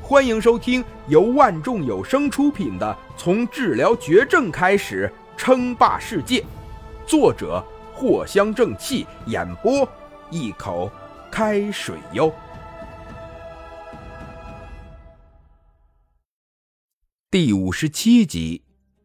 欢迎收听由万众有声出品的《从治疗绝症开始称霸世界》，作者藿香正气，演播一口开水哟。第57集，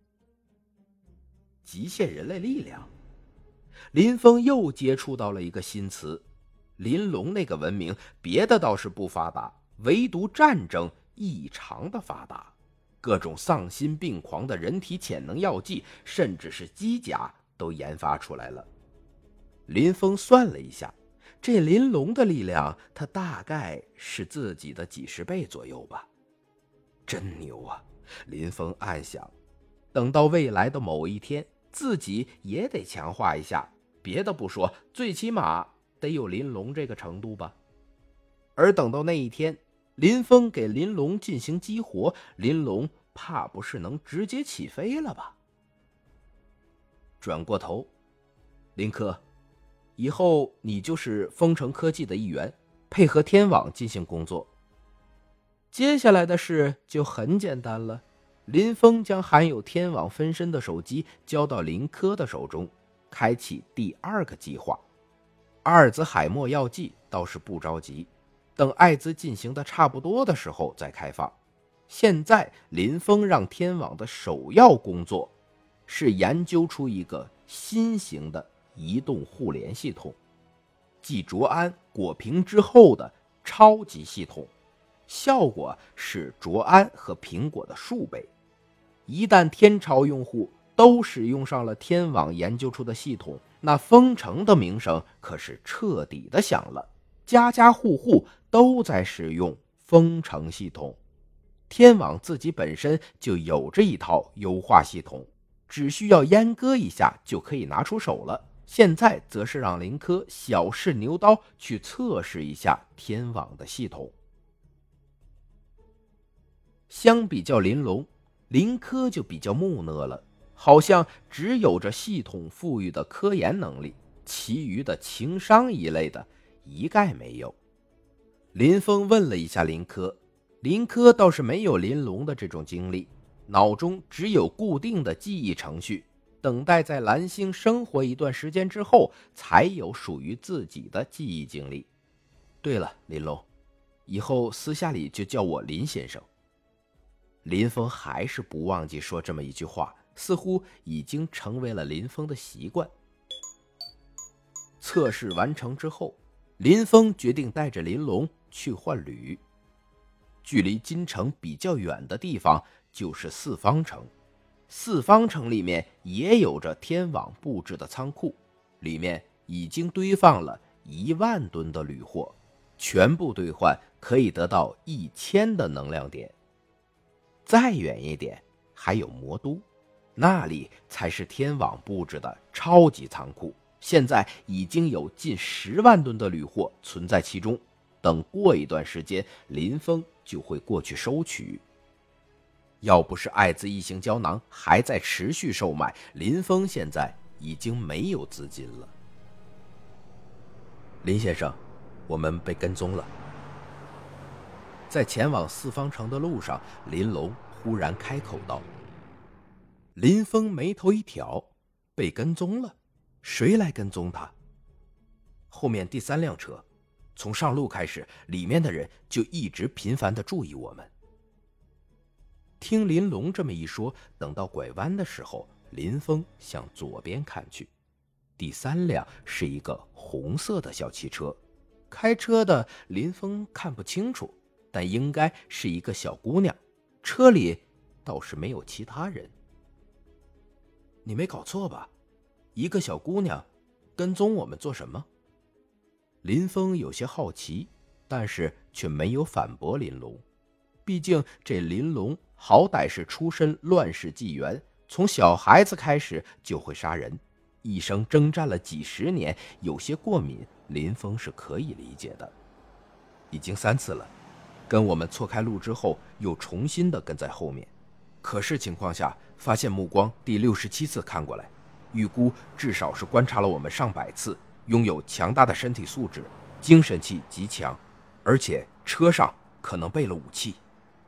极限人类力量。林峰又接触到了一个新词，林龙那个文明别的倒是不发达，唯独战争异常的发达，各种丧心病狂的人体潜能药剂，甚至是机甲都研发出来了。林峰算了一下，这林龙的力量他大概是自己的几十倍左右吧，真牛啊！林峰暗想，等到未来的某一天，自己也得强化一下，别的不说，最起码得有林龙这个程度吧。而等到那一天，林峰给林龙进行激活，林龙怕不是能直接起飞了吧？转过头，林科，以后你就是丰城科技的一员，配合天网进行工作。接下来的事就很简单了，林峰将含有天网分身的手机交到林科的手中，开启第二个计划。阿尔兹海默药剂倒是不着急，等艾滋进行的差不多的时候再开放。现在林峰让天网的首要工作是研究出一个新型的移动互联系统，继卓安、果屏之后的超级系统，效果是卓安和苹果的数倍。一旦天朝用户都使用上了天网研究出的系统，那丰城的名声可是彻底的响了，家家户户都在使用丰城系统。天网自己本身就有着一套优化系统，只需要阉割一下就可以拿出手了。现在则是让林科小试牛刀，去测试一下天网的系统。相比较林龙，林科就比较木讷了，好像只有着系统赋予的科研能力，其余的情商一类的一概没有。林峰问了一下林科，林科倒是没有林龙的这种经历，脑中只有固定的记忆程序，等待在蓝星生活一段时间之后，才有属于自己的记忆经历。对了，林龙，以后私下里就叫我林先生。林峰还是不忘记说这么一句话，似乎已经成为了林峰的习惯。测试完成之后，林峰决定带着林龙去换旅。距离金城比较远的地方就是四方城，四方城里面也有着天网布置的仓库，里面已经堆放了1万吨的铝货，全部兑换可以得到1000的能量点。再远一点还有魔都，那里才是天网布置的超级仓库，现在已经有近10万吨的铝货存在其中，等过一段时间林峰就会过去收取。要不是艾滋异形胶囊还在持续售卖，林峰现在已经没有资金了。林先生，我们被跟踪了。在前往四方城的路上，林龙忽然开口道。林峰眉头一挑，被跟踪了？谁来跟踪他？后面第3辆车，从上路开始，里面的人就一直频繁地注意我们。听林龙这么一说，等到拐弯的时候，林峰向左边看去，第3辆是一个红色的小汽车，开车的林峰看不清楚，但应该是一个小姑娘，车里倒是没有其他人。你没搞错吧？一个小姑娘跟踪我们做什么？林峰有些好奇，但是却没有反驳林龙。毕竟这林龙好歹是出身乱世纪元，从小孩子开始就会杀人，一生征战了几十年，有些过敏，林峰是可以理解的。已经3次了，跟我们错开路之后又重新的跟在后面，可视情况下发现目光第67次看过来，预估至少是观察了我们上百次，拥有强大的身体素质，精神气极强，而且车上可能备了武器。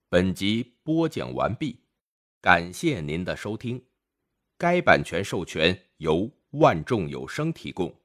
本集播讲完毕，感谢您的收听。该版权授权由万众有声提供。